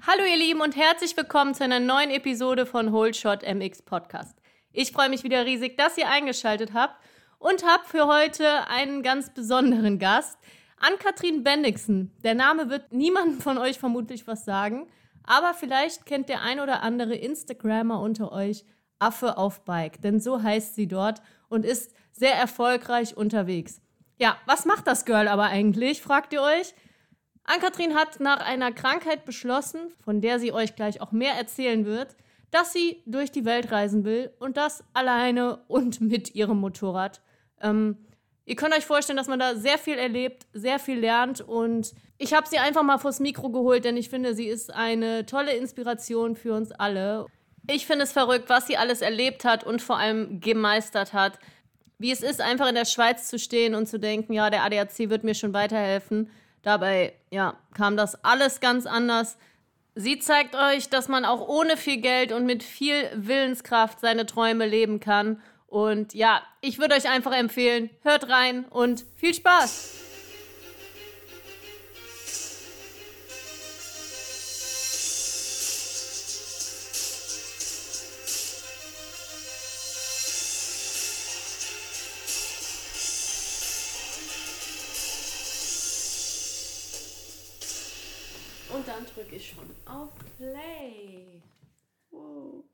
Hallo ihr Lieben und herzlich willkommen zu einer neuen Episode von Holeshot MX Podcast. Ich freue mich wieder riesig, dass ihr eingeschaltet habt und habe für heute einen ganz besonderen Gast, Ann-Kathrin Bendixen. Der Name wird niemandem von euch vermutlich was sagen, aber vielleicht kennt der ein oder andere Instagrammer unter euch Affe auf Bike, denn so heißt sie dort und ist sehr erfolgreich unterwegs. Ja, was macht das Girl aber eigentlich, fragt ihr euch? Ann-Kathrin hat nach einer Krankheit beschlossen, von der sie euch gleich auch mehr erzählen wird, dass sie durch die Welt reisen will und das alleine und mit ihrem Motorrad. Ihr könnt euch vorstellen, dass man da sehr viel erlebt, sehr viel lernt und ich habe sie einfach mal vors Mikro geholt, denn ich finde, sie ist eine tolle Inspiration für uns alle. Ich finde es verrückt, was sie alles erlebt hat und vor allem gemeistert hat. Wie es ist, einfach in der Schweiz zu stehen und zu denken, ja, der ADAC wird mir schon weiterhelfen. Dabei, ja, kam das alles ganz anders. Sie zeigt euch, dass man auch ohne viel Geld und mit viel Willenskraft seine Träume leben kann. Und ja, ich würde euch einfach empfehlen, hört rein und viel Spaß! Und dann drücke ich schon auf Play. Wow.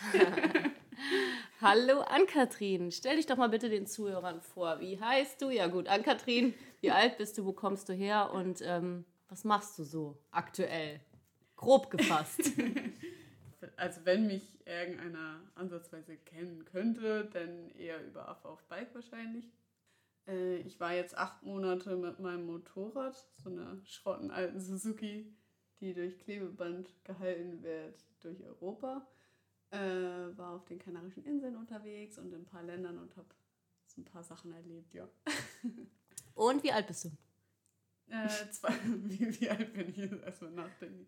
Hallo Ann-Kathrin, stell dich doch mal bitte den Zuhörern vor. Wie heißt du? Ja gut, Ann-Kathrin, wie alt bist du, wo kommst du her und was machst du so aktuell? Grob gefasst. Also wenn mich irgendeiner ansatzweise kennen könnte, dann eher über Affe auf Bike wahrscheinlich. Ich war jetzt 8 Monate mit meinem Motorrad, so einer schrotten alten Suzuki, die durch Klebeband gehalten wird durch Europa. War auf den Kanarischen Inseln unterwegs und in ein paar Ländern und habe so ein paar Sachen erlebt, ja. Und wie alt bist du? Wie alt bin ich jetzt? Erstmal nachdenken.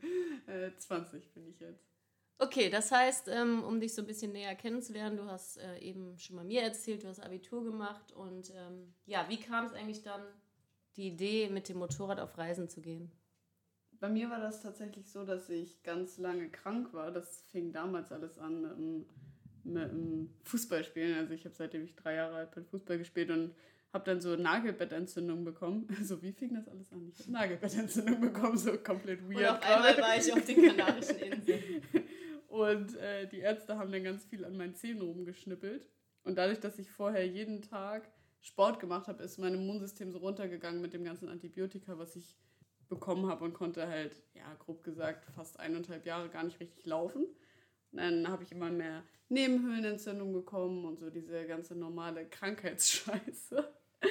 20 bin ich jetzt. Okay, das heißt, um dich so ein bisschen näher kennenzulernen, du hast eben schon mal mir erzählt, du hast Abitur gemacht und ja, wie kam es eigentlich dann, die Idee, mit dem Motorrad auf Reisen zu gehen? Bei mir war das tatsächlich so, dass ich ganz lange krank war. Das fing damals alles an mit dem Fußballspielen. Also ich habe seitdem ich 3 Jahre alt bin Fußball gespielt und habe dann so Nagelbettentzündung bekommen. Also wie fing das alles an? Ich habe Nagelbettentzündung bekommen, so komplett weird. Und auf einmal war ich auf den Kanarischen Inseln. Und die Ärzte haben dann ganz viel an meinen Zähnen rumgeschnippelt. Und dadurch, dass ich vorher jeden Tag Sport gemacht habe, ist mein Immunsystem so runtergegangen mit dem ganzen Antibiotika, was ich bekommen habe und konnte halt, ja, grob gesagt, fast 1,5 Jahre gar nicht richtig laufen. Und dann habe ich immer mehr Nebenhöhlenentzündung bekommen und so diese ganze normale Krankheitsscheiße.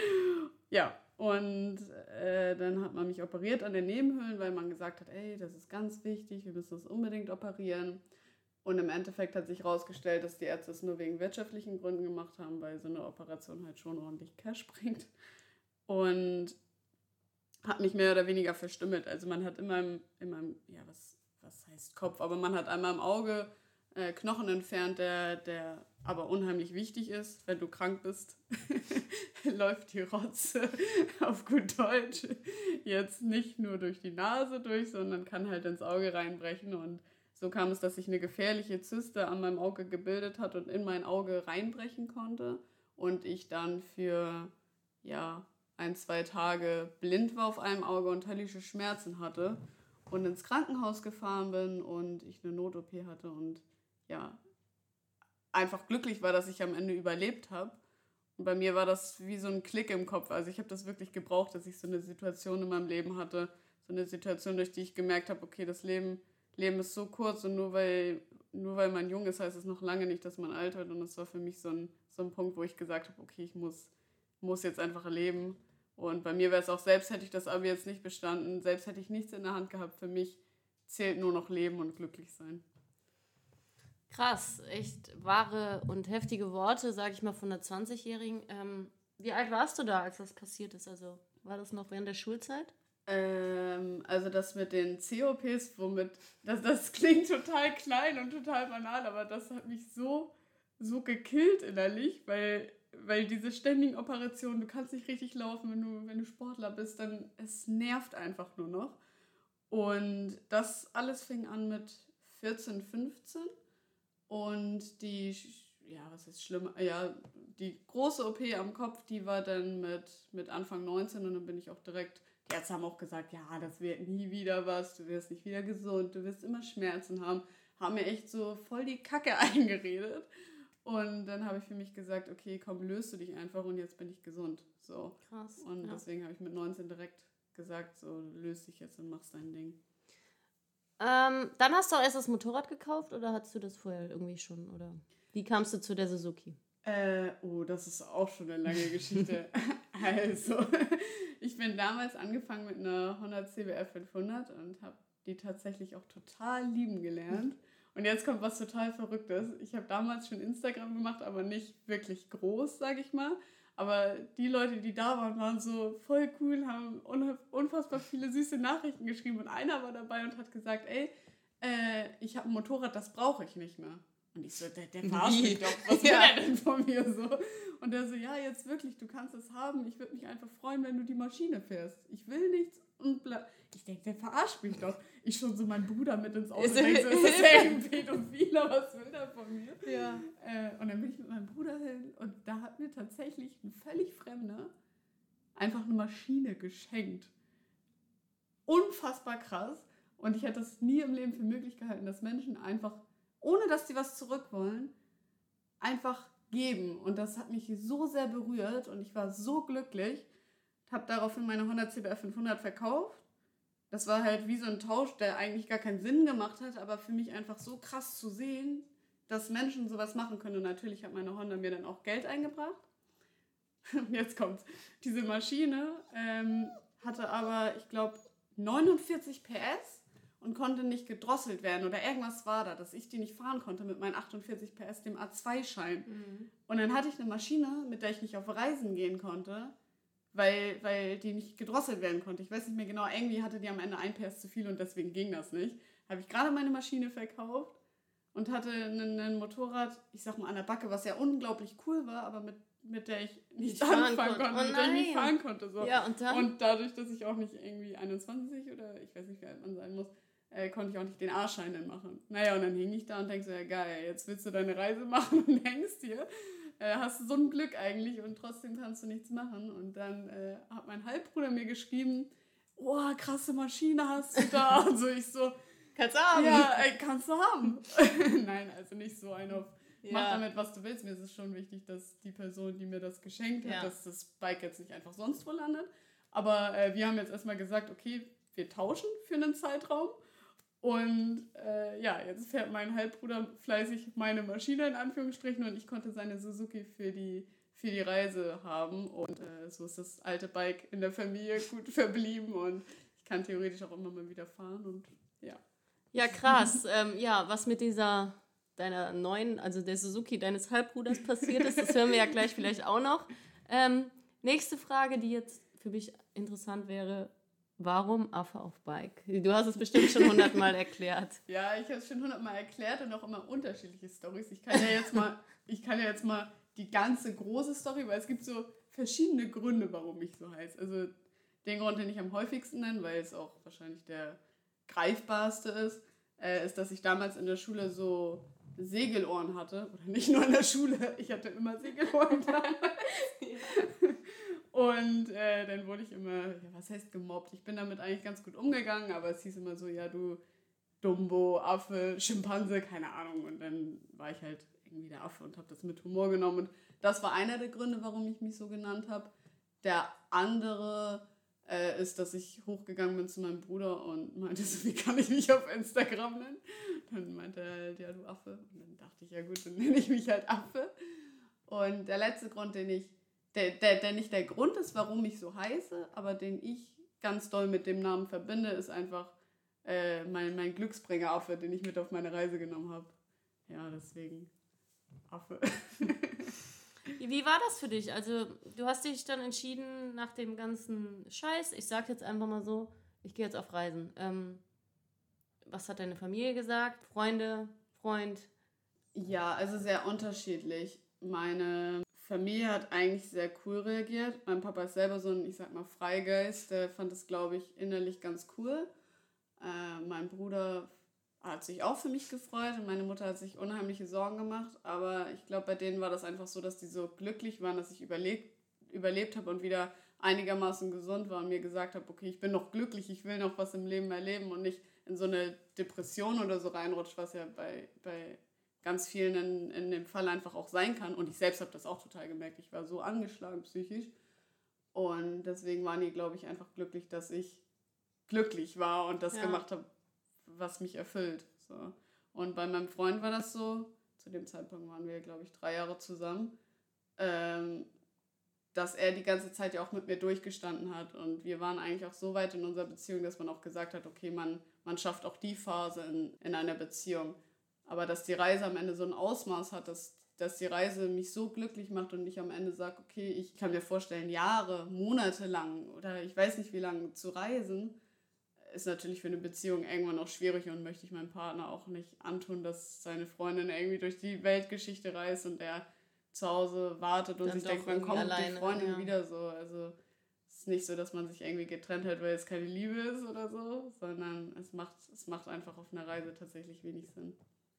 Ja, und dann hat man mich operiert an den Nebenhöhlen, weil man gesagt hat, ey, das ist ganz wichtig, wir müssen das unbedingt operieren. Und im Endeffekt hat sich herausgestellt, dass die Ärzte es nur wegen wirtschaftlichen Gründen gemacht haben, weil so eine Operation halt schon ordentlich Cash bringt. Und hat mich mehr oder weniger verstümmelt. Also man hat in meinem ja, was heißt Kopf, aber man hat einmal im Auge Knochen entfernt, der aber unheimlich wichtig ist, wenn du krank bist. Läuft die Rotze auf gut Deutsch jetzt nicht nur durch die Nase durch, sondern kann halt ins Auge reinbrechen. Und so kam es, dass sich eine gefährliche Zyste an meinem Auge gebildet hat und in mein Auge reinbrechen konnte. Und ich dann für, ja, 1-2 Tage blind war auf einem Auge und höllische Schmerzen hatte und ins Krankenhaus gefahren bin und ich eine Not-OP hatte und ja, einfach glücklich war, dass ich am Ende überlebt habe. Und bei mir war das wie so ein Klick im Kopf. Also ich habe das wirklich gebraucht, dass ich so eine Situation in meinem Leben hatte, so eine Situation, durch die ich gemerkt habe, okay, das Leben ist so kurz und nur weil man jung ist, heißt es noch lange nicht, dass man alt wird. Und das war für mich so ein Punkt, wo ich gesagt habe, okay, ich muss jetzt einfach leben. Und bei mir wäre es auch, selbst hätte ich das Abi jetzt nicht bestanden, selbst hätte ich nichts in der Hand gehabt, für mich zählt nur noch Leben und glücklich sein. Krass, echt wahre und heftige Worte, sage ich mal, von einer 20-Jährigen. Wie alt warst du da, als das passiert ist? Also war das noch während der Schulzeit? Also das mit den COPs, das klingt total klein und total banal, aber das hat mich so gekillt innerlich, weil diese ständigen Operationen, du kannst nicht richtig laufen, wenn du Sportler bist, dann es nervt einfach nur noch. Und das alles fing an mit 14, 15 und was ist schlimm? Ja, die große OP am Kopf, die war dann mit Anfang 19 und dann bin ich auch direkt, die Ärzte haben auch gesagt, ja, das wird nie wieder was, du wirst nicht wieder gesund, du wirst immer Schmerzen haben mir echt so voll die Kacke eingeredet. Und dann habe ich für mich gesagt, okay, komm, löst du dich einfach und jetzt bin ich gesund. So. Krass. Und deswegen habe ich mit 19 direkt gesagt, so, löst dich jetzt und machst dein Ding. Dann hast du auch erst das Motorrad gekauft oder hattest du das vorher irgendwie schon? Oder wie kamst du zu der Suzuki? Das ist auch schon eine lange Geschichte. Also, ich bin damals angefangen mit einer Honda CBR 500 und habe die tatsächlich auch total lieben gelernt. Und jetzt kommt was total Verrücktes. Ich habe damals schon Instagram gemacht, aber nicht wirklich groß, sage ich mal. Aber die Leute, die da waren, waren so voll cool, haben unfassbar viele süße Nachrichten geschrieben. Und einer war dabei und hat gesagt, ey, ich habe ein Motorrad, das brauche ich nicht mehr. Und ich so, der verarscht mich doch, was will er denn von mir so? Und der so, ja, jetzt wirklich, du kannst es haben. Ich würde mich einfach freuen, wenn du die Maschine fährst. Ich will nichts und bla. Ich denke, der verarscht mich doch. Ich schon so meinen Bruder mit ins Auto denke, so, ist das ja ein Pädophiler, was will der von mir? Ja. Und dann bin ich mit meinem Bruder hin und da hat mir tatsächlich ein völlig Fremder einfach eine Maschine geschenkt. Unfassbar krass. Und ich hätte das nie im Leben für möglich gehalten, dass Menschen einfach, ohne dass die was zurück wollen, einfach geben. Und das hat mich so sehr berührt und ich war so glücklich. Habe daraufhin meine Honda CBR 500 verkauft. Das war halt wie so ein Tausch, der eigentlich gar keinen Sinn gemacht hat, aber für mich einfach so krass zu sehen, dass Menschen sowas machen können. Und natürlich hat meine Honda mir dann auch Geld eingebracht. Jetzt kommt's. Diese Maschine hatte aber, ich glaube, 49 PS und konnte nicht gedrosselt werden oder irgendwas war da, dass ich die nicht fahren konnte mit meinen 48 PS, dem A2-Schein. Mhm. Und dann hatte ich eine Maschine, mit der ich nicht auf Reisen gehen konnte, weil die nicht gedrosselt werden konnte. Ich weiß nicht mehr genau, irgendwie hatte die am Ende 1 PS zu viel und deswegen ging das nicht. Habe ich gerade meine Maschine verkauft und hatte ein Motorrad, ich sag mal an der Backe, was ja unglaublich cool war, aber mit der ich nicht anfangen konnte, mit der ich nicht fahren konnte. So. Ja, und dadurch, dass ich auch nicht irgendwie 21 oder ich weiß nicht, wie alt man sein muss, konnte ich auch nicht den A-Schein dann machen. Naja, und dann hing ich da und denkst so, ja geil, jetzt willst du deine Reise machen und hängst hier. Hast du so ein Glück eigentlich und trotzdem kannst du nichts machen. Und dann hat mein Halbbruder mir geschrieben, oh, krasse Maschine hast du da. Und so, ich so, kannst du haben. Ja, kannst du haben. Nein, also nicht so ein auf, mach damit, was du willst. Mir ist es schon wichtig, dass die Person, die mir das geschenkt hat, dass das Bike jetzt nicht einfach sonst wo landet. Aber wir haben jetzt erstmal gesagt, okay, wir tauschen für einen Zeitraum. Und jetzt fährt mein Halbbruder fleißig meine Maschine in Anführungsstrichen und ich konnte seine Suzuki für die Reise haben. Und so ist das alte Bike in der Familie gut verblieben und ich kann theoretisch auch immer mal wieder fahren und ja. Ja, krass. Was mit deiner neuen, also der Suzuki deines Halbbruders passiert ist, das hören wir ja gleich vielleicht auch noch. Nächste Frage, die jetzt für mich interessant wäre: Warum Affe auf Bike? Du hast es bestimmt schon 100-mal erklärt. Ja, ich habe es schon 100-mal erklärt und auch immer unterschiedliche Storys. Ich kann ja jetzt mal die ganze große Story, weil es gibt so verschiedene Gründe, warum ich so heiße. Also den Grund, den ich am häufigsten nenne, weil es auch wahrscheinlich der greifbarste ist, dass ich damals in der Schule so Segelohren hatte. Oder nicht nur in der Schule, ich hatte immer Segelohren damals. Und dann wurde ich immer, was heißt gemobbt? Ich bin damit eigentlich ganz gut umgegangen, aber es hieß immer so, ja, du Dumbo, Affe, Schimpanse, keine Ahnung. Und dann war ich halt irgendwie der Affe und habe das mit Humor genommen. Und das war einer der Gründe, warum ich mich so genannt habe. Der andere ist, dass ich hochgegangen bin zu meinem Bruder und meinte so, wie kann ich mich auf Instagram nennen? Dann meinte er halt, ja, du Affe. Und dann dachte ich, ja gut, dann nenne ich mich halt Affe. Und der letzte Grund, der nicht der Grund ist, warum ich so heiße, aber den ich ganz doll mit dem Namen verbinde, ist einfach mein Glücksbringer-Affe, den ich mit auf meine Reise genommen habe. Ja, deswegen Affe. Wie war das für dich? Also du hast dich dann entschieden nach dem ganzen Scheiß, ich sag jetzt einfach mal so, ich gehe jetzt auf Reisen. Was hat deine Familie gesagt? Freunde, Freund? Ja, also sehr unterschiedlich. Meine Familie hat eigentlich sehr cool reagiert. Mein Papa ist selber so ein, ich sag mal, Freigeist. Der fand das, glaube ich, innerlich ganz cool. Mein Bruder hat sich auch für mich gefreut und meine Mutter hat sich unheimliche Sorgen gemacht. Aber ich glaube, bei denen war das einfach so, dass die so glücklich waren, dass ich überlebt habe und wieder einigermaßen gesund war und mir gesagt habe, okay, ich bin noch glücklich, ich will noch was im Leben erleben und nicht in so eine Depression oder so reinrutscht, was ja bei ganz vielen in dem Fall einfach auch sein kann. Und ich selbst habe das auch total gemerkt. Ich war so angeschlagen psychisch. Und deswegen waren die, glaube ich, einfach glücklich, dass ich glücklich war und das gemacht habe, was mich erfüllt. So. Und bei meinem Freund war das so, zu dem Zeitpunkt waren wir, glaube ich, 3 Jahre zusammen, dass er die ganze Zeit ja auch mit mir durchgestanden hat. Und wir waren eigentlich auch so weit in unserer Beziehung, dass man auch gesagt hat, okay, man schafft auch die Phase in einer Beziehung. Aber dass die Reise am Ende so ein Ausmaß hat, dass die Reise mich so glücklich macht und ich am Ende sage, okay, ich kann mir vorstellen, Jahre, Monate lang oder ich weiß nicht wie lange zu reisen, ist natürlich für eine Beziehung irgendwann auch schwierig und möchte ich meinem Partner auch nicht antun, dass seine Freundin irgendwie durch die Weltgeschichte reist und er zu Hause wartet und dann sich denkt, wann kommt alleine, die Freundin wieder so. Also es ist nicht so, dass man sich irgendwie getrennt hat, weil es keine Liebe ist oder so, sondern es macht einfach auf einer Reise tatsächlich wenig Sinn.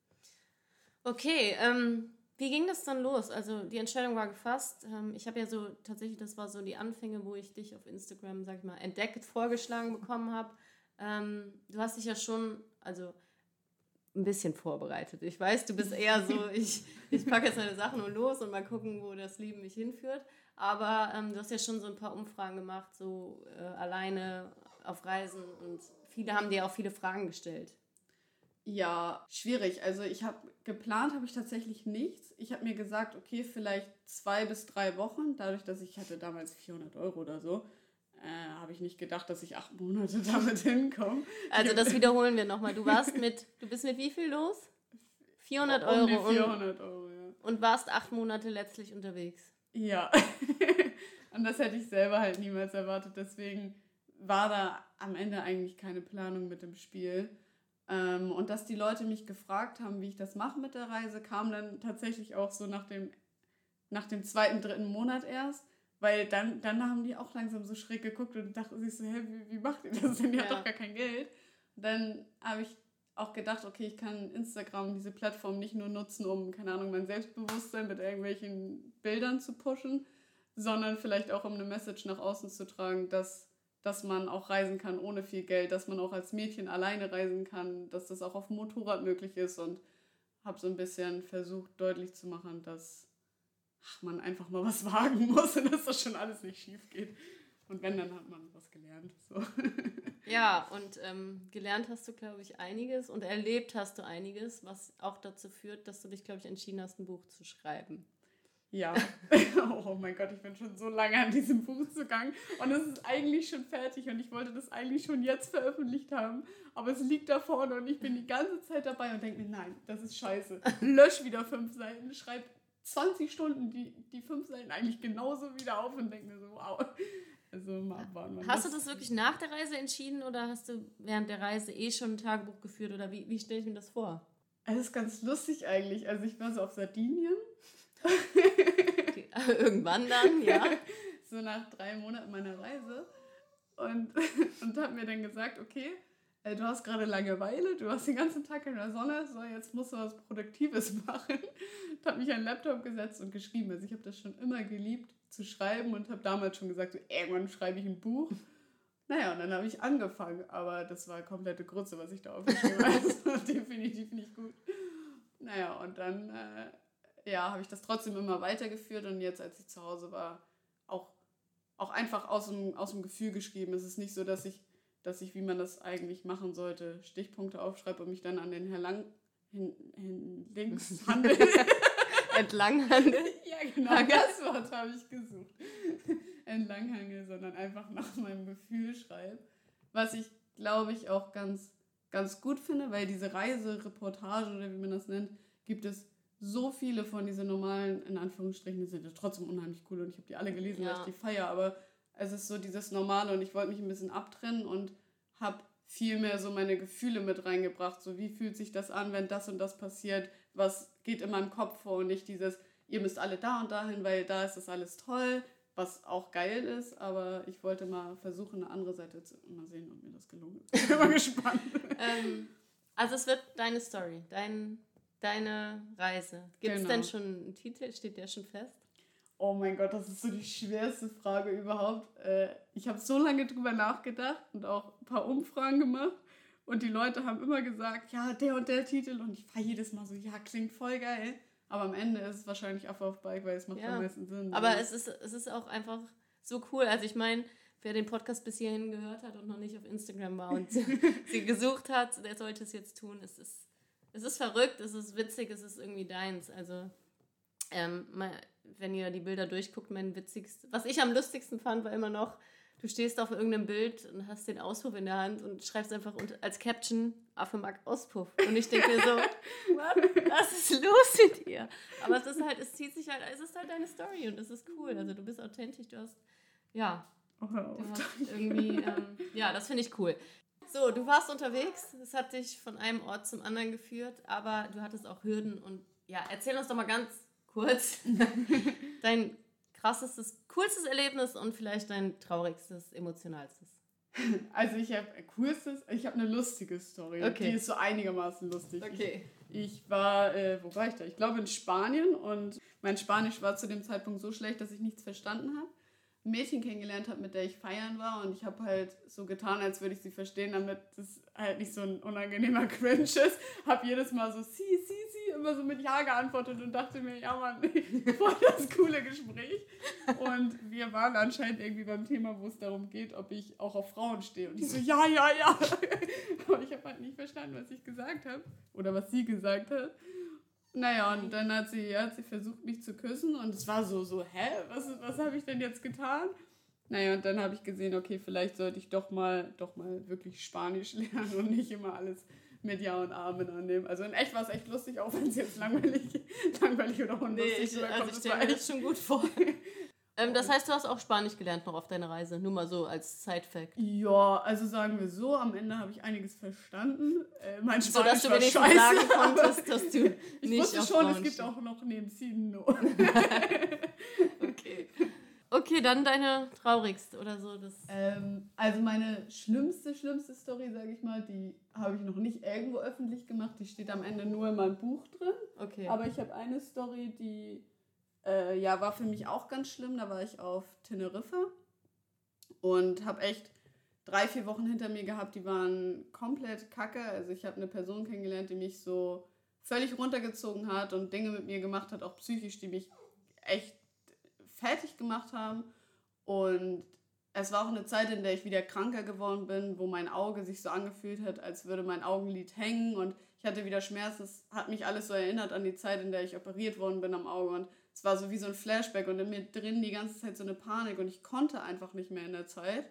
Okay, wie ging das dann los? Also die Entscheidung war gefasst. Ich habe ja so, tatsächlich, das war so die Anfänge, wo ich dich auf Instagram, sag ich mal, entdeckt, vorgeschlagen bekommen habe. Du hast dich ja schon, also ein bisschen vorbereitet. Ich weiß, du bist eher so, ich packe jetzt meine Sachen und los und mal gucken, wo das Leben mich hinführt. Aber du hast ja schon so ein paar Umfragen gemacht, so alleine auf Reisen und viele haben dir auch viele Fragen gestellt. Ja, schwierig. Also geplant habe ich tatsächlich nichts. Ich habe mir gesagt, okay, vielleicht 2 bis 3 Wochen. Dadurch, dass ich hatte damals 400 € oder so, habe ich nicht gedacht, dass ich 8 Monate damit hinkomme. Also das wiederholen wir nochmal. Du bist mit wie viel los? 400 €. Um die 400 €, ja. Und warst 8 Monate letztlich unterwegs. Ja. Und das hätte ich selber halt niemals erwartet. Deswegen war da am Ende eigentlich keine Planung mit dem Spiel. Und dass die Leute mich gefragt haben, wie ich das mache mit der Reise, kam dann tatsächlich auch so nach dem 2., 3. Monat erst. Weil dann haben die auch langsam so schräg geguckt und dachten sich so, wie macht ihr das denn? Ihr habt doch gar kein Geld. Und dann habe ich auch gedacht, okay, ich kann Instagram, diese Plattform, nicht nur nutzen, um, keine Ahnung, mein Selbstbewusstsein mit irgendwelchen Bildern zu pushen, sondern vielleicht auch, um eine Message nach außen zu tragen, dass man auch reisen kann ohne viel Geld, dass man auch als Mädchen alleine reisen kann, dass das auch auf dem Motorrad möglich ist und habe so ein bisschen versucht, deutlich zu machen, dass man einfach mal was wagen muss und dass das schon alles nicht schief geht. Und wenn, dann hat man was gelernt. So. Ja, und gelernt hast du, glaube ich, einiges und erlebt hast du einiges, was auch dazu führt, dass du dich, glaube ich, entschieden hast, ein Buch zu schreiben. Ja. Oh mein Gott, ich bin schon so lange an diesem Buch zugange und es ist eigentlich schon fertig und ich wollte das eigentlich schon jetzt veröffentlicht haben, aber es liegt da vorne und ich bin die ganze Zeit dabei und denke mir, nein, das ist scheiße. Lösch wieder 5 Seiten, schreib 20 Stunden die 5 Seiten eigentlich genauso wieder auf und denke mir so, wow. Also mal abwarten. Hast du das wirklich nach der Reise entschieden oder hast du während der Reise schon ein Tagebuch geführt oder wie stelle ich mir das vor? Das ist ganz lustig eigentlich. Also ich war so auf Sardinien. Okay. Irgendwann dann, ja. So nach 3 Monaten meiner Reise und habe mir dann gesagt, okay, du hast gerade Langeweile, du hast den ganzen Tag in der Sonne, so jetzt musst du was Produktives machen. Ich habe mich an den Laptop gesetzt und geschrieben. Also ich habe das schon immer geliebt zu schreiben und habe damals schon gesagt, so, irgendwann schreibe ich ein Buch. Naja, und dann habe ich angefangen, aber das war komplette Grütze, was ich da aufgeschrieben habe. Das war definitiv nicht gut. Naja, und dann habe ich das trotzdem immer weitergeführt und jetzt, als ich zu Hause war, auch einfach aus dem Gefühl geschrieben. Es ist nicht so, dass ich, wie man das eigentlich machen sollte, Stichpunkte aufschreibe und mich dann an den links handel. Entlanghandel? Ja, genau, das Wort habe ich gesucht. Entlanghangel, sondern einfach nach meinem Gefühl schreibe. Was ich, glaube ich, auch ganz, ganz gut finde, weil diese Reisereportage oder wie man das nennt, gibt es so viele von diesen normalen, in Anführungsstrichen, die sind ja trotzdem unheimlich cool und ich habe die alle gelesen, weil ich die feiere, aber es ist so dieses Normale und ich wollte mich ein bisschen abtrennen und habe viel mehr so meine Gefühle mit reingebracht, so wie fühlt sich das an, wenn das und das passiert, was geht in meinem Kopf vor und nicht dieses, ihr müsst alle da und dahin, weil da ist das alles toll, was auch geil ist, aber ich wollte mal versuchen, eine andere Seite zu... Mal sehen, ob mir das gelungen ist. Ich bin mal gespannt. Also es wird deine Story, deine Reise. Gibt es denn schon einen Titel? Steht der schon fest? Oh mein Gott, das ist so die schwerste Frage überhaupt. Ich habe so lange drüber nachgedacht und auch ein paar Umfragen gemacht. Und die Leute haben immer gesagt, ja, der und der Titel. Und ich war jedes Mal so, ja, klingt voll geil. Aber am Ende ist es wahrscheinlich Affe auf Bike, weil es macht am meisten Sinn. Aber es ist auch einfach so cool. Also ich meine, wer den Podcast bis hierhin gehört hat und noch nicht auf Instagram war und sie gesucht hat, der sollte es jetzt tun. Es ist verrückt, es ist witzig, es ist irgendwie deins. Also wenn ihr die Bilder durchguckt, was ich am lustigsten fand, war immer noch, du stehst auf irgendeinem Bild und hast den Auspuff in der Hand und schreibst einfach als Caption, Affe mag Auspuff. Und ich denke mir so, was ist los mit dir? Aber es ist halt deine Story und es ist cool. Also du bist authentisch, du hast irgendwie, das finde ich cool. So, du warst unterwegs, es hat dich von einem Ort zum anderen geführt, aber du hattest auch Hürden und erzähl uns doch mal ganz kurz dein krassestes, coolstes Erlebnis und vielleicht dein traurigstes, emotionalstes. Also ich habe eine lustige Story. Okay. Die ist so einigermaßen lustig. Okay. Ich war, wo war ich da? Ich glaube in Spanien und mein Spanisch war zu dem Zeitpunkt so schlecht, dass ich nichts verstanden habe. Ein Mädchen kennengelernt habe, mit der ich feiern war und ich habe halt so getan, als würde ich sie verstehen, damit das halt nicht so ein unangenehmer Cringe ist. Habe jedes Mal so sie, immer so mit Ja geantwortet und dachte mir, ja Mann, voll das coole Gespräch. Und wir waren anscheinend irgendwie beim Thema, wo es darum geht, ob ich auch auf Frauen stehe. Und ich so, ja. Und ich habe halt nicht verstanden, was ich gesagt habe oder was sie gesagt hat. Naja, und dann hat sie versucht, mich zu küssen und es war so, hä, was habe ich denn jetzt getan? Naja, und dann habe ich gesehen, okay, vielleicht sollte ich doch mal wirklich Spanisch lernen und nicht immer alles mit Ja und Amen annehmen. Also in echt war es echt lustig, auch wenn es jetzt langweilig oder unlustig rüberkommt. Ich stelle mir das schon gut vor. Das heißt, du hast auch Spanisch gelernt noch auf deiner Reise, nur mal so als Side-Fact. Ja, also sagen wir so, am Ende habe ich einiges verstanden. Mein Spanisch so, dass du war wenigstens scheiße, sagen konntest, dass du nicht ich wusste auf schon, Frauen es gibt stehst. auch noch neben Sino. Okay, dann deine traurigste oder so. Also meine schlimmste Story, sage ich mal, die habe ich noch nicht irgendwo öffentlich gemacht. Die steht am Ende nur in meinem Buch drin. Okay. Aber ich habe eine Story, die war für mich auch ganz schlimm. Da war ich auf Teneriffa und habe echt 3-4 Wochen hinter mir gehabt, die waren komplett kacke. Also ich habe eine Person kennengelernt, die mich so völlig runtergezogen hat und Dinge mit mir gemacht hat, auch psychisch, die mich echt fertig gemacht haben. Und es war auch eine Zeit, in der ich wieder kranker geworden bin, wo mein Auge sich so angefühlt hat, als würde mein Augenlid hängen und ich hatte wieder Schmerzen. Es hat mich alles so erinnert an die Zeit, in der ich operiert worden bin am Auge und es war so wie so ein Flashback und in mir drin die ganze Zeit so eine Panik und ich konnte einfach nicht mehr in der Zeit.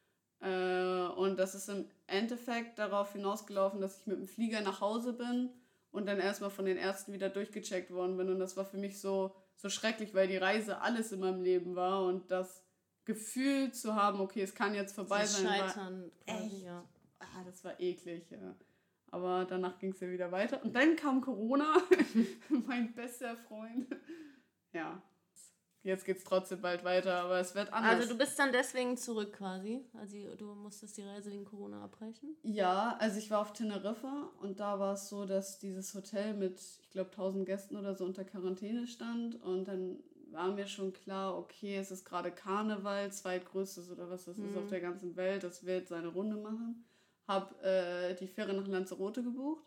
Und das ist im Endeffekt darauf hinausgelaufen, dass ich mit dem Flieger nach Hause bin und dann erstmal von den Ärzten wieder durchgecheckt worden bin und das war für mich so schrecklich, weil die Reise alles in meinem Leben war und das Gefühl zu haben, okay, es kann jetzt vorbei sein, Scheitern war quasi, echt, ja. Das war eklig, ja. Aber danach ging es ja wieder weiter und dann kam Corona, mein bester Freund. Ja, jetzt geht's trotzdem bald weiter, aber es wird anders. Also du bist dann deswegen zurück quasi? Also du musstest die Reise wegen Corona abbrechen? Ja, also ich war auf Teneriffa und da war es so, dass dieses Hotel mit, ich glaube, 1000 Gästen oder so unter Quarantäne stand und dann war mir schon klar, okay, es ist gerade Karneval, zweitgrößtes oder was das ist auf der ganzen Welt, das wird seine Runde machen. Hab die Fähre nach Lanzarote gebucht,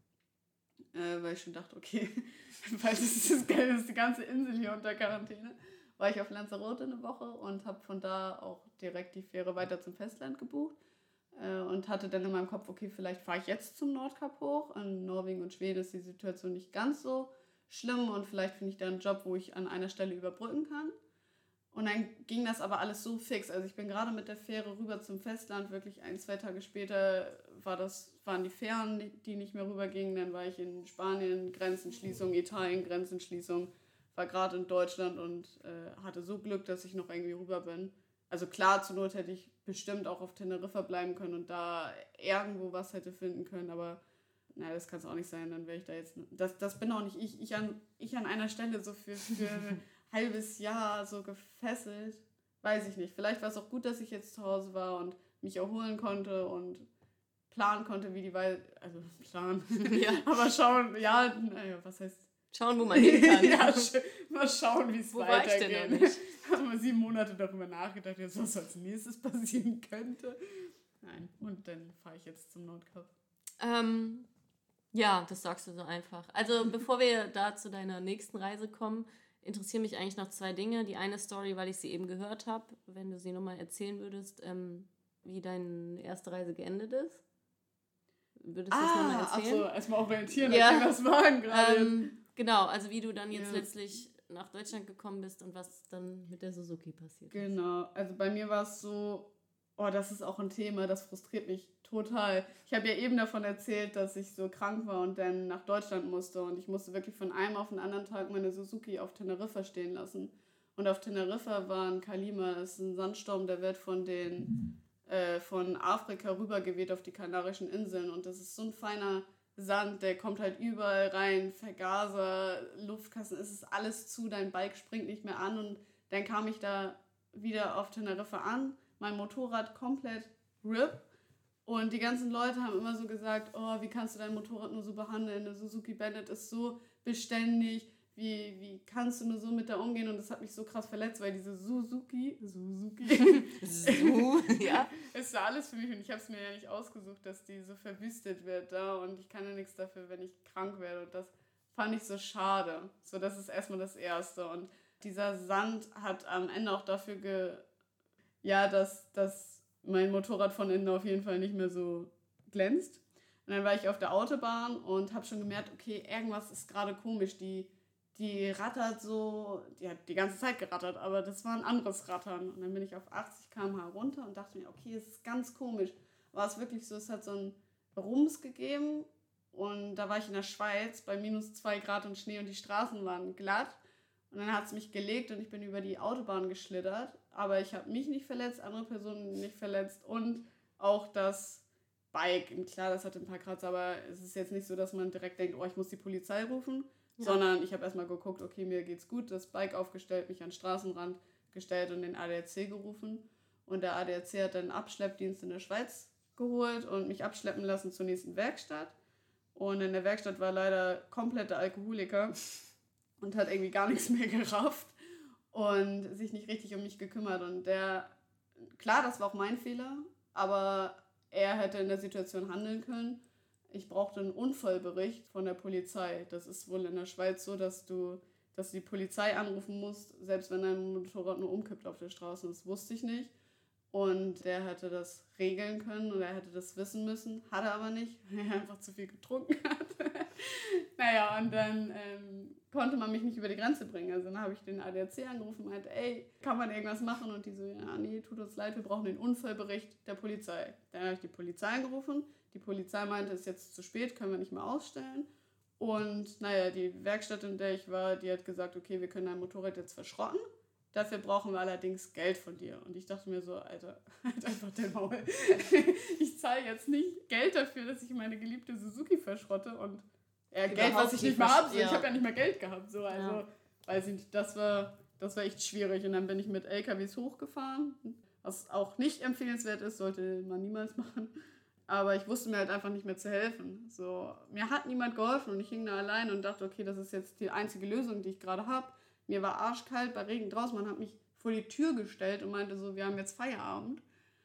weil ich schon dachte, okay, weil das ist die ganze Insel hier unter Quarantäne, war ich auf Lanzarote eine Woche und habe von da auch direkt die Fähre weiter zum Festland gebucht und hatte dann in meinem Kopf, okay, vielleicht fahre ich jetzt zum Nordkap hoch. In Norwegen und Schweden ist die Situation nicht ganz so schlimm und vielleicht finde ich da einen Job, wo ich an einer Stelle überbrücken kann. Und dann ging das aber alles so fix. Also ich bin gerade mit der Fähre rüber zum Festland, wirklich 1-2 Tage später waren die Fähren, die nicht mehr rübergingen. Dann war ich in Spanien, Grenzenschließung, Italien, Grenzenschließung, war gerade in Deutschland und hatte so Glück, dass ich noch irgendwie rüber bin. Also klar, zur Not hätte ich bestimmt auch auf Teneriffa bleiben können und da irgendwo was hätte finden können, aber naja, das kann es auch nicht sein, dann wäre ich da jetzt... Das bin auch nicht ich an einer Stelle so für ein halbes Jahr so gefesselt. weiß ich nicht. Vielleicht war es auch gut, dass ich jetzt zu Hause war und mich erholen konnte und planen konnte, wie die Weise, also planen, Ja. aber schauen, ja, naja, was heißt... Schauen, wo man hin kann. Ja, mal schauen, wie es Wo war ich denn weitergeht. noch nicht? Ich habe mal 7 Monate darüber nachgedacht, jetzt was als nächstes passieren könnte. Nein, und dann fahre ich jetzt zum Nordkap. Ja, das sagst du so einfach. Also bevor wir da zu deiner nächsten Reise kommen, interessieren mich eigentlich noch 2 Dinge. Die eine Story, weil ich sie eben gehört habe, wenn du sie nochmal erzählen würdest, wie deine erste Reise geendet ist. Würdest du das nochmal erzählen? Achso, erstmal orientieren, Ja. was waren gerade. Genau, also wie du dann jetzt Ja. letztlich nach Deutschland gekommen bist und was dann mit der Suzuki passiert ist. Genau, also bei mir war es so, das ist auch ein Thema, das frustriert mich total. Ich habe ja eben davon erzählt, dass ich so krank war und dann nach Deutschland musste und ich musste wirklich von einem auf den anderen Tag meine Suzuki auf Teneriffa stehen lassen. Und auf Teneriffa war ein Kalima, das ist ein Sandsturm, der wird von Afrika rübergeweht auf die Kanarischen Inseln und das ist so ein feiner Sand, der kommt halt überall rein, Vergaser, Luftkasten, es ist alles zu, dein Bike springt nicht mehr an und dann kam ich da wieder auf Teneriffa an, mein Motorrad komplett RIP und die ganzen Leute haben immer so gesagt, oh, wie kannst du dein Motorrad nur so behandeln, eine Suzuki Bandit ist so beständig, wie kannst du nur so mit der umgehen und das hat mich so krass verletzt, weil diese Suzuki Ja. ist da alles für mich und ich habe es mir ja nicht ausgesucht, dass die so verwüstet wird da und ich kann ja nichts dafür, wenn ich krank werde und das fand ich so schade. So, das ist erstmal das Erste und dieser Sand hat am Ende auch dafür dass mein Motorrad von innen auf jeden Fall nicht mehr so glänzt. Und dann war ich auf der Autobahn und habe schon gemerkt, okay, irgendwas ist gerade komisch, die rattert so, die hat die ganze Zeit gerattert, aber das war ein anderes Rattern. Und dann bin ich auf 80 km/h runter und dachte mir, okay, es ist ganz komisch. War es wirklich so, es hat so einen Rums gegeben und da war ich in der Schweiz bei -2 Grad und Schnee und die Straßen waren glatt. Und dann hat es mich gelegt und ich bin über die Autobahn geschlittert. Aber ich habe mich nicht verletzt, andere Personen nicht verletzt und auch das Bike. Und klar, das hatte ein paar Kratzer, aber es ist jetzt nicht so, dass man direkt denkt, oh, ich muss die Polizei rufen. Ja. Sondern ich habe erstmal geguckt, okay, mir geht's gut, das Bike aufgestellt, mich an den Straßenrand gestellt und den ADAC gerufen. Und der ADAC hat dann einen Abschleppdienst in der Schweiz geholt und mich abschleppen lassen zur nächsten Werkstatt. Und in der Werkstatt war leider kompletter Alkoholiker und hat irgendwie gar nichts mehr gerafft und sich nicht richtig um mich gekümmert. Und klar, das war auch mein Fehler, aber er hätte in der Situation handeln können. Ich brauchte einen Unfallbericht von der Polizei. Das ist wohl in der Schweiz so, dass du die Polizei anrufen musst, selbst wenn dein Motorrad nur umkippt auf der Straße. Das wusste ich nicht. Und der hätte das regeln können und er hätte das wissen müssen. Hat er aber nicht, weil er einfach zu viel getrunken hat. Naja, und dann konnte man mich nicht über die Grenze bringen. Also dann habe ich den ADAC angerufen und meinte, ey, kann man irgendwas machen? Und die so, ja, nee, tut uns leid, wir brauchen den Unfallbericht der Polizei. Dann habe ich die Polizei angerufen. Die Polizei meinte, es ist jetzt zu spät, können wir nicht mehr ausstellen. Und naja, die Werkstatt, in der ich war, die hat gesagt, okay, wir können dein Motorrad jetzt verschrotten. Dafür brauchen wir allerdings Geld von dir. Und ich dachte mir so, Alter, halt einfach den Maul. Ich zahle jetzt nicht Geld dafür, dass ich meine geliebte Suzuki verschrotte und Geld, was ich nicht mehr habe. So, ja. Ich habe ja nicht mehr Geld gehabt. So, also, ja. Weiß ich nicht, das war echt schwierig. Und dann bin ich mit LKWs hochgefahren, was auch nicht empfehlenswert ist, sollte man niemals machen. Aber ich wusste mir halt einfach nicht mehr zu helfen. So, mir hat niemand geholfen und ich hing da allein und dachte, okay, das ist jetzt die einzige Lösung, die ich gerade habe. Mir war arschkalt bei Regen draußen. Man hat mich vor die Tür gestellt und meinte so, wir haben jetzt Feierabend.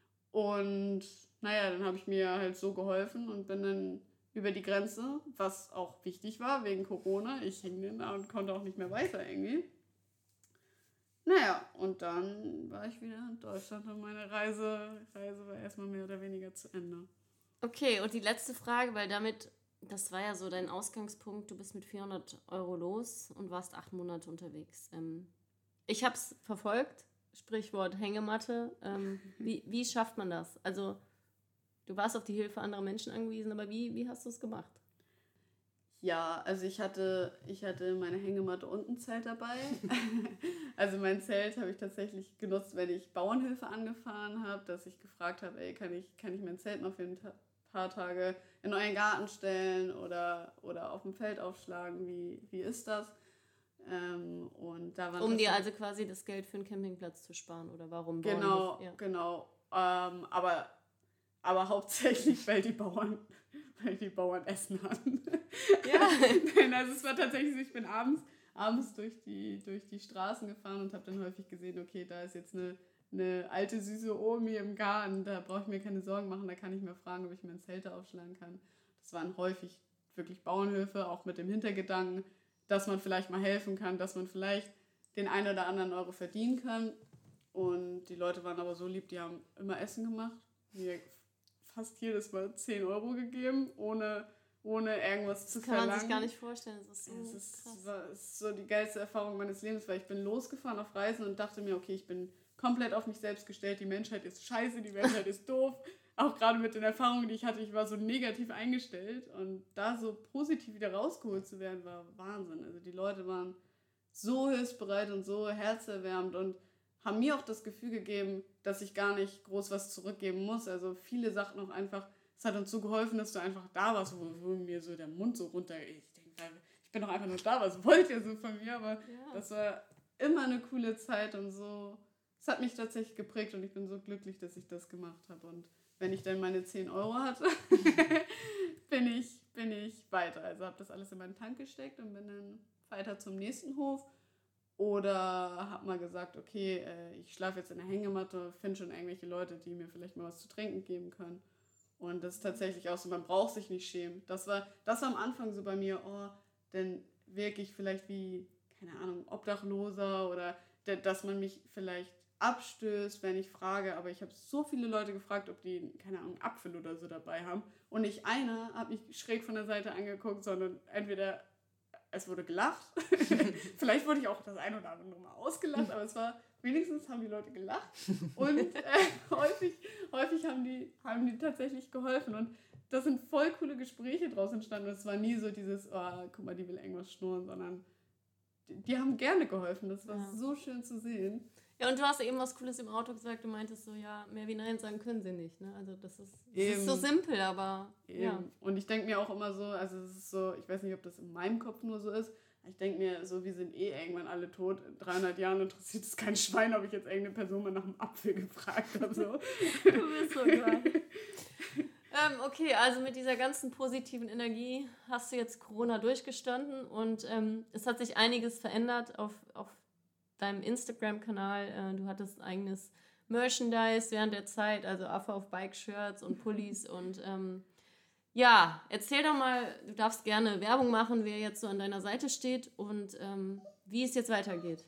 Und naja, dann habe ich mir halt so geholfen und bin dann über die Grenze, was auch wichtig war wegen Corona. Ich hing dann da und konnte auch nicht mehr weiter irgendwie. Naja, und dann war ich wieder in Deutschland und meine Reise war erstmal mehr oder weniger zu Ende. Okay, und die letzte Frage, weil das war ja so dein Ausgangspunkt, du bist mit 400 € los und warst 8 Monate unterwegs. Ich habe es verfolgt, Sprichwort Hängematte. Wie schafft man das? Also du warst auf die Hilfe anderer Menschen angewiesen, aber wie hast du es gemacht? Ja, also ich hatte meine Hängematte und ein Zelt dabei. Also mein Zelt habe ich tatsächlich genutzt, wenn ich Bauernhilfe angefahren habe, dass ich gefragt habe, ey, kann ich mein Zelt mal für ein paar Tage in euren Garten stellen oder auf dem Feld aufschlagen, wie ist das? Und da waren um dir also quasi das Geld für einen Campingplatz zu sparen, oder warum? Genau, ja. Genau. Aber hauptsächlich, weil die Bauern Essen hatten. Ja. Also es war tatsächlich so, ich bin abends durch die Straßen gefahren und habe dann häufig gesehen, okay, da ist jetzt eine alte, süße Omi im Garten, da brauche ich mir keine Sorgen machen, da kann ich mir fragen, ob ich mir ein Zelt aufschlagen kann. Das waren häufig wirklich Bauernhöfe, auch mit dem Hintergedanken, dass man vielleicht mal helfen kann, dass man vielleicht den einen oder anderen Euro verdienen kann. Und die Leute waren aber so lieb, die haben immer Essen gemacht, mir fast jedes Mal 10 Euro gegeben, ohne irgendwas zu verlangen. Kann man sich gar nicht vorstellen, das ist so krass. Das ist so die geilste Erfahrung meines Lebens, weil ich bin losgefahren auf Reisen und dachte mir, okay, ich bin komplett auf mich selbst gestellt, die Menschheit ist scheiße, die Menschheit ist doof. Auch gerade mit den Erfahrungen, die ich hatte, ich war so negativ eingestellt und da so positiv wieder rausgeholt zu werden, war Wahnsinn. Also die Leute waren so hilfsbereit und so herzerwärmend und haben mir auch das Gefühl gegeben, dass ich gar nicht groß was zurückgeben muss. Also viele Sachen auch einfach, es hat uns so geholfen, dass du einfach da warst, wo mir so der Mund so runter, ich denke, ich bin doch einfach nur da, was wollt ihr so von mir? Aber das war immer eine coole Zeit und so, es hat mich tatsächlich geprägt und ich bin so glücklich, dass ich das gemacht habe. Und wenn ich dann meine 10 Euro hatte, bin ich weiter. Also habe das alles in meinen Tank gesteckt und bin dann weiter zum nächsten Hof. Oder habe mal gesagt, okay, ich schlafe jetzt in der Hängematte, finde schon irgendwelche Leute, die mir vielleicht mal was zu trinken geben können. Und das ist tatsächlich auch so, man braucht sich nicht schämen. Das war am Anfang so bei mir, dann wirke ich vielleicht wie, keine Ahnung, Obdachloser oder dass man mich vielleicht abstößt, wenn ich frage. Aber ich habe so viele Leute gefragt, ob die, keine Ahnung, Apfel oder so dabei haben. Und nicht einer hat mich schräg von der Seite angeguckt, sondern entweder es wurde gelacht. Vielleicht wurde ich auch das ein oder andere Mal ausgelacht, aber es war, wenigstens haben die Leute gelacht. Und häufig haben die tatsächlich geholfen. Und da sind voll coole Gespräche draus entstanden. Und es war nie so dieses, guck mal, die will irgendwas schnurren, sondern die haben gerne geholfen. Das war so schön zu sehen. Ja, und du hast eben was Cooles im Auto gesagt. Du meintest so, ja, mehr wie Nein sagen können sie nicht. Ne? Also das ist so simpel, aber ja. Und ich denke mir auch immer so, also es ist so, ich weiß nicht, ob das in meinem Kopf nur so ist, ich denke mir so, wir sind irgendwann alle tot. In 300 Jahren interessiert es kein Schwein, ob ich jetzt irgendeine Person mal nach einem Apfel gefragt habe. So. Du bist so geil. Okay, also mit dieser ganzen positiven Energie hast du jetzt Corona durchgestanden und es hat sich einiges verändert auf deinem Instagram-Kanal. Du hattest eigenes Merchandise während der Zeit, also Affe auf Bike-Shirts und Pullis und erzähl doch mal, du darfst gerne Werbung machen, wer jetzt so an deiner Seite steht und wie es jetzt weitergeht.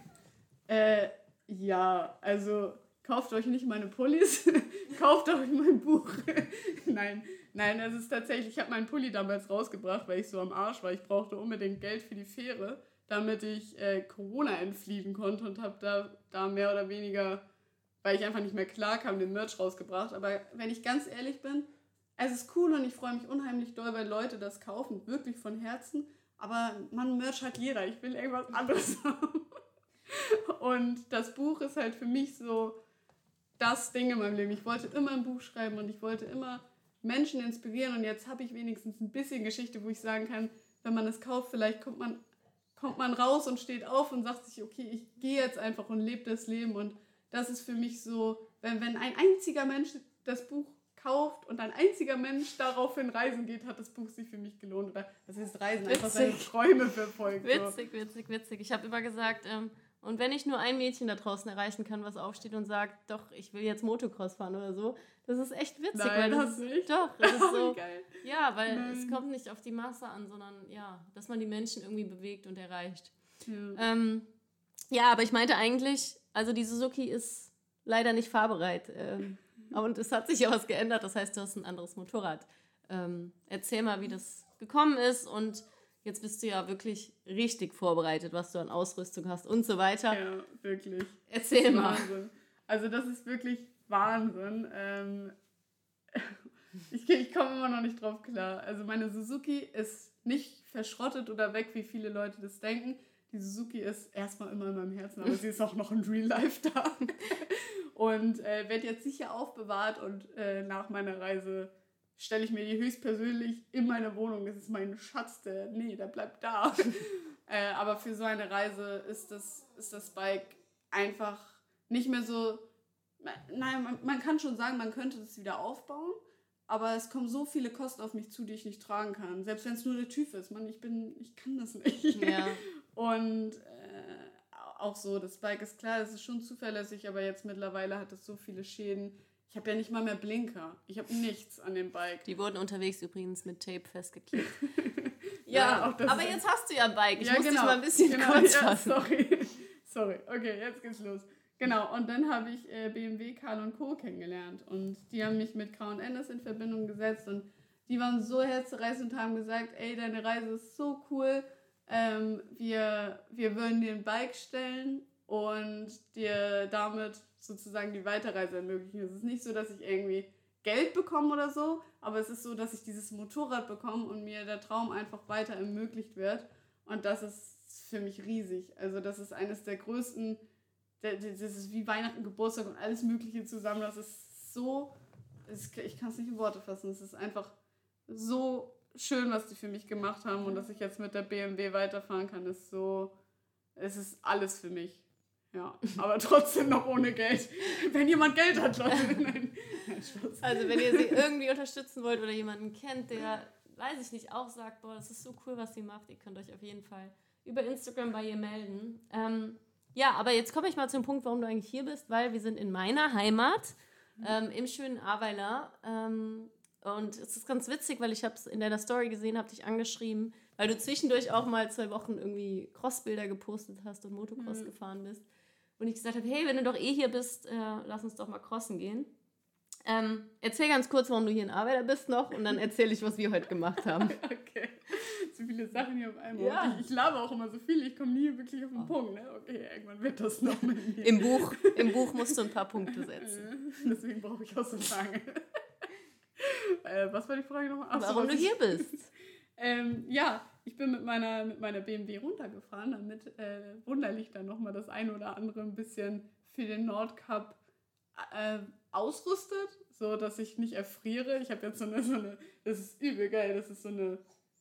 Also kauft euch nicht meine Pullis, kauft euch mein Buch. Nein, es ist tatsächlich, ich habe meinen Pulli damals rausgebracht, weil ich so am Arsch war. Ich brauchte unbedingt Geld für die Fähre, damit ich Corona entfliehen konnte und habe da mehr oder weniger, weil ich einfach nicht mehr klar kam, den Merch rausgebracht. Aber wenn ich ganz ehrlich bin, es ist cool und ich freue mich unheimlich doll, weil Leute das kaufen, wirklich von Herzen. Aber Merch hat jeder. Ich will irgendwas anderes haben. Und das Buch ist halt für mich so das Ding in meinem Leben. Ich wollte immer ein Buch schreiben und ich wollte immer Menschen inspirieren. Und jetzt habe ich wenigstens ein bisschen Geschichte, wo ich sagen kann, wenn man es kauft, vielleicht kommt man raus und steht auf und sagt sich, okay, ich gehe jetzt einfach und lebe das Leben. Und das ist für mich so, wenn ein einziger Mensch das Buch kauft und ein einziger Mensch daraufhin reisen geht, hat das Buch sich für mich gelohnt. Oder das heißt Reisen, einfach seine Träume verfolgt. Witzig. Ich habe immer gesagt, und wenn ich nur ein Mädchen da draußen erreichen kann, was aufsteht und sagt, doch, ich will jetzt Motocross fahren oder so, das ist echt witzig. Nein, das ist nicht. Doch, das ist so. Geil. Ja, weil es kommt nicht auf die Masse an, sondern dass man die Menschen irgendwie bewegt und erreicht. Aber ich meinte eigentlich, also die Suzuki ist leider nicht fahrbereit. Und es hat sich ja was geändert, das heißt, du hast ein anderes Motorrad. Erzähl mal, wie das gekommen ist und jetzt bist du ja wirklich richtig vorbereitet, was du an Ausrüstung hast und so weiter. Ja, wirklich. Erzähl mal. Wahnsinn. Also das ist wirklich Wahnsinn. Ich komme immer noch nicht drauf klar. Also meine Suzuki ist nicht verschrottet oder weg, wie viele Leute das denken. Die Suzuki ist erstmal immer in meinem Herzen, aber sie ist auch noch in Real Life da. Und wird jetzt sicher aufbewahrt und nach meiner Reise stelle ich mir die höchstpersönlich in meine Wohnung. Das ist mein Schatz, der bleibt da. Aber für so eine Reise ist das Bike einfach nicht mehr so... Nein, man kann schon sagen, man könnte das wieder aufbauen, aber es kommen so viele Kosten auf mich zu, die ich nicht tragen kann. Selbst wenn es nur der TÜV ist. Mann, ich kann das nicht. Ja. Und auch so, das Bike ist klar, es ist schon zuverlässig, aber jetzt mittlerweile hat es so viele Schäden. Ich habe ja nicht mal mehr Blinker. Ich habe nichts an dem Bike. Die wurden unterwegs übrigens mit Tape festgeklebt. Ja, auch das aber jetzt hast du ja ein Bike. Ich muss dich mal ein bisschen kurz fassen. Sorry. Okay, jetzt geht's los. Genau, und dann habe ich BMW, Karl und Co. kennengelernt. Und die haben mich mit K&N in Verbindung gesetzt. Und die waren so herzzerreißend und haben gesagt, ey, deine Reise ist so cool. Wir würden dir ein Bike stellen und dir damit sozusagen die Weiterreise ermöglichen. Es ist nicht so, dass ich irgendwie Geld bekomme oder so, aber es ist so, dass ich dieses Motorrad bekomme und mir der Traum einfach weiter ermöglicht wird. Und das ist für mich riesig. Also das ist eines der größten... Das ist wie Weihnachten, Geburtstag und alles Mögliche zusammen. Das ist so, ich kann es nicht in Worte fassen. Es ist einfach so schön, was die für mich gemacht haben. Und dass ich jetzt mit der BMW weiterfahren kann, es ist alles für mich. Ja, aber trotzdem noch ohne Geld. Wenn jemand Geld hat, Leute. Nein, Spaß. Also wenn ihr sie irgendwie unterstützen wollt oder jemanden kennt, der, weiß ich nicht, auch sagt, boah, das ist so cool, was sie macht, ihr könnt euch auf jeden Fall über Instagram bei ihr melden. Ja, aber jetzt komme ich mal zum Punkt, warum du eigentlich hier bist, weil wir sind in meiner Heimat, im schönen Ahrweiler. Und es ist ganz witzig, weil ich habe es in deiner Story gesehen, habe dich angeschrieben, weil du zwischendurch auch mal 2 Wochen irgendwie Crossbilder gepostet hast und Motocross gefahren bist. Und ich gesagt habe, hey, wenn du doch hier bist, lass uns doch mal crossen gehen. Erzähl ganz kurz, warum du hier in Ahrweiler bist noch und dann erzähle ich, was wir heute gemacht haben. Okay. So viele Sachen hier auf einmal. Ja. Ich laber auch immer so viel, ich komme nie wirklich auf den Punkt. Ne? Okay, irgendwann wird das noch mit mir. Im Buch musst du ein paar Punkte setzen. Deswegen brauche ich auch so lange. Was war die Frage nochmal? Warum du hier bist? Ja, ich bin mit meiner BMW runtergefahren, damit wunderlich dann nochmal das eine oder andere ein bisschen für den Nordcup ausrüstet, so dass ich nicht erfriere. Ich habe jetzt so eine, das ist übel geil, das ist so eine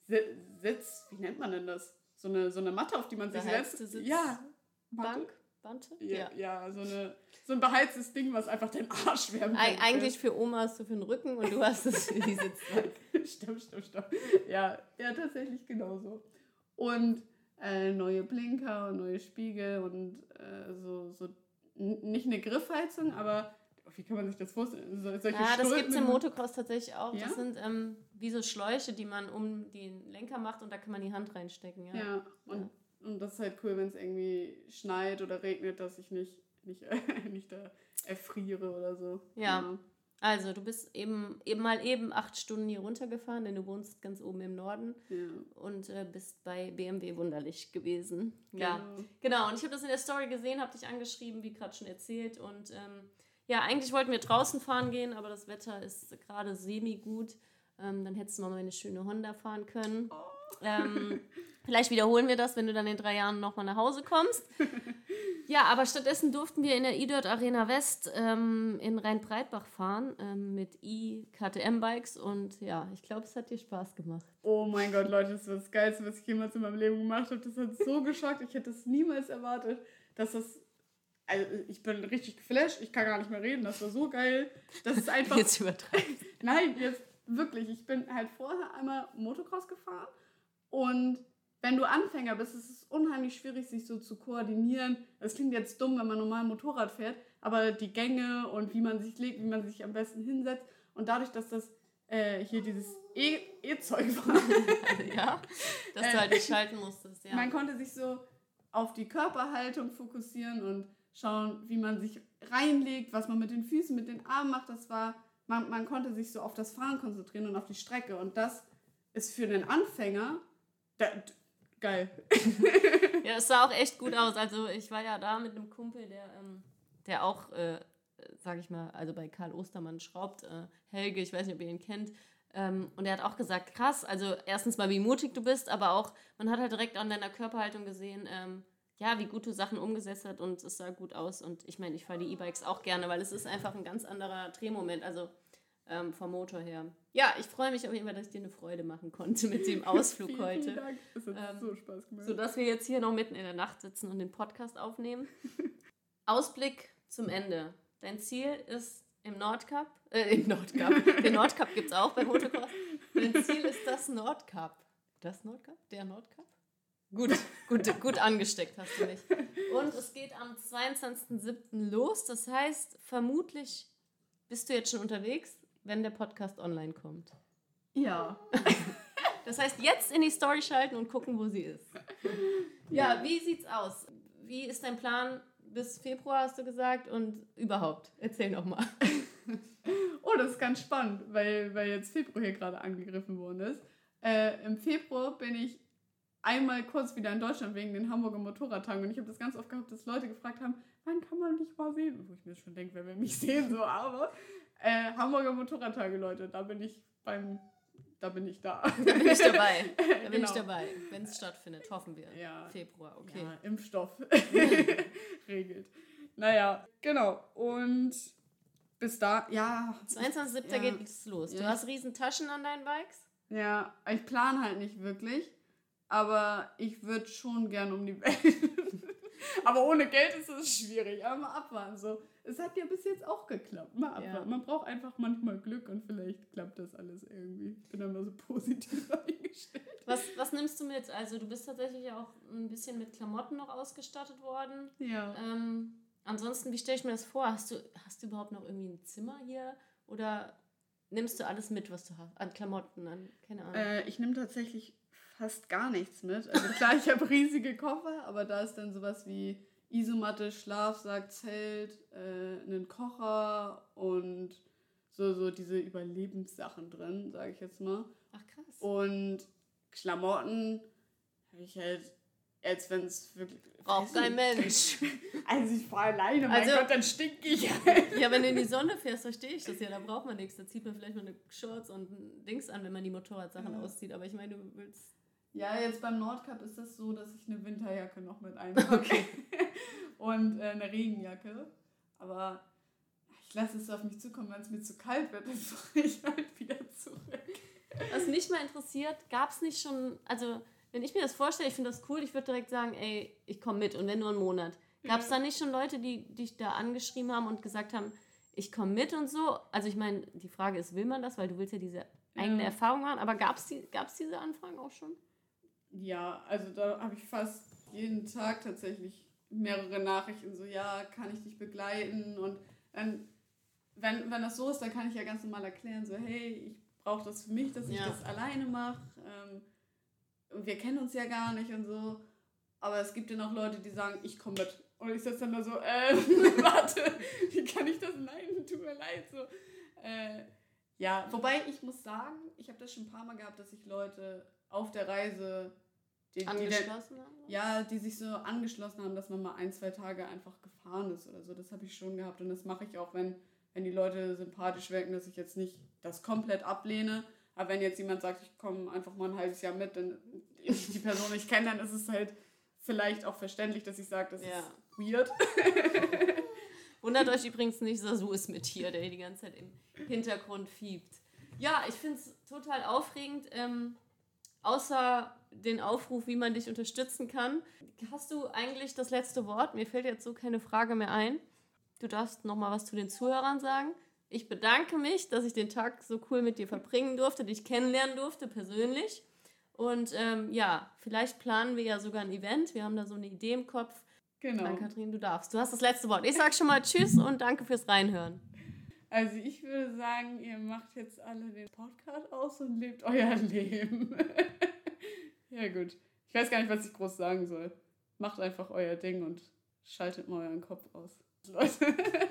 wie nennt man denn das? So eine Matte, auf die man sich setzt. Ja, Bank? Bante? Ja, so ein beheiztes Ding, was einfach den Arsch wärmt. Eigentlich für Oma hast du für den Rücken und du hast es für die Sitzbank. Stimmt. Ja, tatsächlich genauso. Und neue Blinker und neue Spiegel und so nicht eine Griffheizung, aber wie kann man sich das vorstellen? Solche das gibt es im Motocross tatsächlich auch. Ja? Das sind wie so Schläuche, die man um den Lenker macht und da kann man die Hand reinstecken. Ja, und das ist halt cool, wenn es irgendwie schneit oder regnet, dass ich nicht da erfriere oder so. Ja. Also du bist eben 8 Stunden hier runtergefahren, denn du wohnst ganz oben im Norden und bist bei BMW Wunderlich gewesen. Ja, genau. Und ich habe das in der Story gesehen, habe dich angeschrieben, wie gerade schon erzählt. Und eigentlich wollten wir draußen fahren gehen, aber das Wetter ist gerade semi-gut. Dann hättest du mal meine schöne Honda fahren können. Vielleicht wiederholen wir das, wenn du dann in 3 Jahren nochmal nach Hause kommst. Ja, aber stattdessen durften wir in der E-Dirt Arena West in Rhein-Breitbach fahren mit KTM-Bikes und ja, ich glaube, es hat dir Spaß gemacht. Oh mein Gott, Leute, das war das Geilste, was ich jemals in meinem Leben gemacht habe. Das hat so geschockt, ich hätte es niemals erwartet, dass das... Also ich bin richtig geflasht, ich kann gar nicht mehr reden, das war so geil. Das ist einfach... Jetzt übertreiben. Nein, jetzt wirklich. Ich bin halt vorher einmal Motocross gefahren und wenn du Anfänger bist, ist es unheimlich schwierig, sich so zu koordinieren. Das klingt jetzt dumm, wenn man normal Motorrad fährt, aber die Gänge und wie man sich legt, wie man sich am besten hinsetzt und dadurch, dass das hier dieses E-Zeug war. Ja, dass du halt nicht schalten musstest, ja. Man konnte sich so auf die Körperhaltung fokussieren und schauen, wie man sich reinlegt, was man mit den Füßen, mit den Armen macht. Das war, man konnte sich so auf das Fahren konzentrieren und auf die Strecke. Und das ist für einen Anfänger geil. Ja, es sah auch echt gut aus. Also ich war ja da mit einem Kumpel, der auch, sag ich mal, also bei Karl Ostermann schraubt, Helge, ich weiß nicht, ob ihr ihn kennt. Und er hat auch gesagt, krass, also erstens mal, wie mutig du bist, aber auch, man hat halt direkt an deiner Körperhaltung gesehen, wie gut du Sachen umgesetzt hast und es sah gut aus. Und ich meine, ich fahre die E-Bikes auch gerne, weil es ist einfach ein ganz anderer Drehmoment. Also vom Motor her. Ja, ich freue mich auf jeden Fall, dass ich dir eine Freude machen konnte mit dem Ausflug heute. Vielen Dank. Es hat so Spaß gemacht. Sodass wir jetzt hier noch mitten in der Nacht sitzen und den Podcast aufnehmen. Ausblick zum Ende. Dein Ziel ist im Nordkap. Den Nordkap gibt es auch beim Motocross. Dein Ziel ist das Nordkap. Das Nordkap? Der Nordkap? Gut angesteckt hast du mich. Und es geht am 22.07. los. Das heißt, vermutlich bist du jetzt schon unterwegs, wenn der Podcast online kommt. Ja. Das heißt, jetzt in die Story schalten und gucken, wo sie ist. Ja, wie sieht's aus? Wie ist dein Plan bis Februar, hast du gesagt? Und überhaupt, erzähl noch mal. Oh, das ist ganz spannend, weil jetzt Februar hier gerade angegriffen worden ist. Im Februar bin ich einmal kurz wieder in Deutschland wegen den Hamburger Motorradtagen und ich habe das ganz oft gehabt, dass Leute gefragt haben, wann kann man dich mal sehen? Wo ich mir schon denke, wer will mich sehen, so, aber Hamburger Motorradtage, Leute, da bin ich da. Da bin ich dabei. Genau. Wenn es stattfindet, hoffen wir. Ja. Februar, okay. Ja, Impfstoff regelt. Naja, genau. Und bis da, ja. 22.07. geht es los. Du hast riesen Taschen an deinen Bikes? Ja, ich plane halt nicht wirklich, aber ich würde schon gern um die Welt. Aber ohne Geld ist es schwierig. Aber mal abwarten. So. Es hat ja bis jetzt auch geklappt. Mal abwarten. Ja. Man braucht einfach manchmal Glück und vielleicht klappt das alles irgendwie. Ich bin dann mal so positiv eingestellt. Was nimmst du mit? Also du bist tatsächlich auch ein bisschen mit Klamotten noch ausgestattet worden. Ja. Ansonsten, wie stelle ich mir das vor? Hast du überhaupt noch irgendwie ein Zimmer hier? Oder nimmst du alles mit, was du hast? An Klamotten, keine Ahnung. Ich nehme tatsächlich fast gar nichts mit. Also klar, ich habe riesige Koffer, aber da ist dann sowas wie Isomatte, Schlafsack, Zelt, einen Kocher und so diese Überlebenssachen drin, sage ich jetzt mal. Ach krass. Und Klamotten habe ich halt, als wenn es wirklich... Braucht kein Mensch. Also ich fahre alleine, mein Gott, dann stinke ich halt. Ja, wenn du in die Sonne fährst, verstehe ich das ja, da braucht man nichts. Da zieht man vielleicht mal eine Shorts und ein Dings an, wenn man die Motorradsachen auszieht. Aber ich meine, du willst... Ja, jetzt beim Nordkap ist das so, dass ich eine Winterjacke noch mit einpacke. Okay. Und eine Regenjacke. Aber ich lasse es auf mich zukommen, wenn es mir zu kalt wird, dann fahre ich halt wieder zurück. Was mich mal interessiert, gab es nicht schon, also wenn ich mir das vorstelle, ich finde das cool, ich würde direkt sagen, ey, ich komme mit und wenn nur einen Monat. Gab es da nicht schon Leute, die dich da angeschrieben haben und gesagt haben, ich komme mit und so? Also ich meine, die Frage ist, will man das? Weil du willst ja diese eigene Erfahrung machen, aber gab's diese Anfragen auch schon? Ja, also da habe ich fast jeden Tag tatsächlich mehrere Nachrichten, so, ja, kann ich dich begleiten? Und dann, wenn das so ist, dann kann ich ja ganz normal erklären, so, hey, ich brauche das für mich, dass ich das alleine mache. Und wir kennen uns ja gar nicht und so. Aber es gibt ja noch Leute, die sagen, ich komme mit. Und ich sitze dann da so, warte, wie kann ich das leiden? Tut mir leid. So. Ja, wobei ich muss sagen, ich habe das schon ein paar Mal gehabt, dass ich Leute auf der Reise, die sich so angeschlossen haben, dass man mal 1-2 Tage einfach gefahren ist oder so. Das habe ich schon gehabt und das mache ich auch, wenn die Leute sympathisch wirken, dass ich jetzt nicht das komplett ablehne. Aber wenn jetzt jemand sagt, ich komme einfach mal ein halbes Jahr mit, dann ich die Person nicht kenne, dann ist es halt vielleicht auch verständlich, dass ich sage, das ist weird. Wundert euch übrigens nicht, Sasu ist mit hier, der die ganze Zeit im Hintergrund fiebt. Ja, ich finde es total aufregend. Außer den Aufruf, wie man dich unterstützen kann. Hast du eigentlich das letzte Wort? Mir fällt jetzt so keine Frage mehr ein. Du darfst noch mal was zu den Zuhörern sagen. Ich bedanke mich, dass ich den Tag so cool mit dir verbringen durfte, dich kennenlernen durfte persönlich. Und vielleicht planen wir ja sogar ein Event. Wir haben da so eine Idee im Kopf. Genau. Dann, Katrin, du darfst. Du hast das letzte Wort. Ich sage schon mal Tschüss und danke fürs Reinhören. Also ich würde sagen, ihr macht jetzt alle den Podcast aus und lebt euer Leben. Ja gut. Ich weiß gar nicht, was ich groß sagen soll. Macht einfach euer Ding und schaltet mal euren Kopf aus. Leute.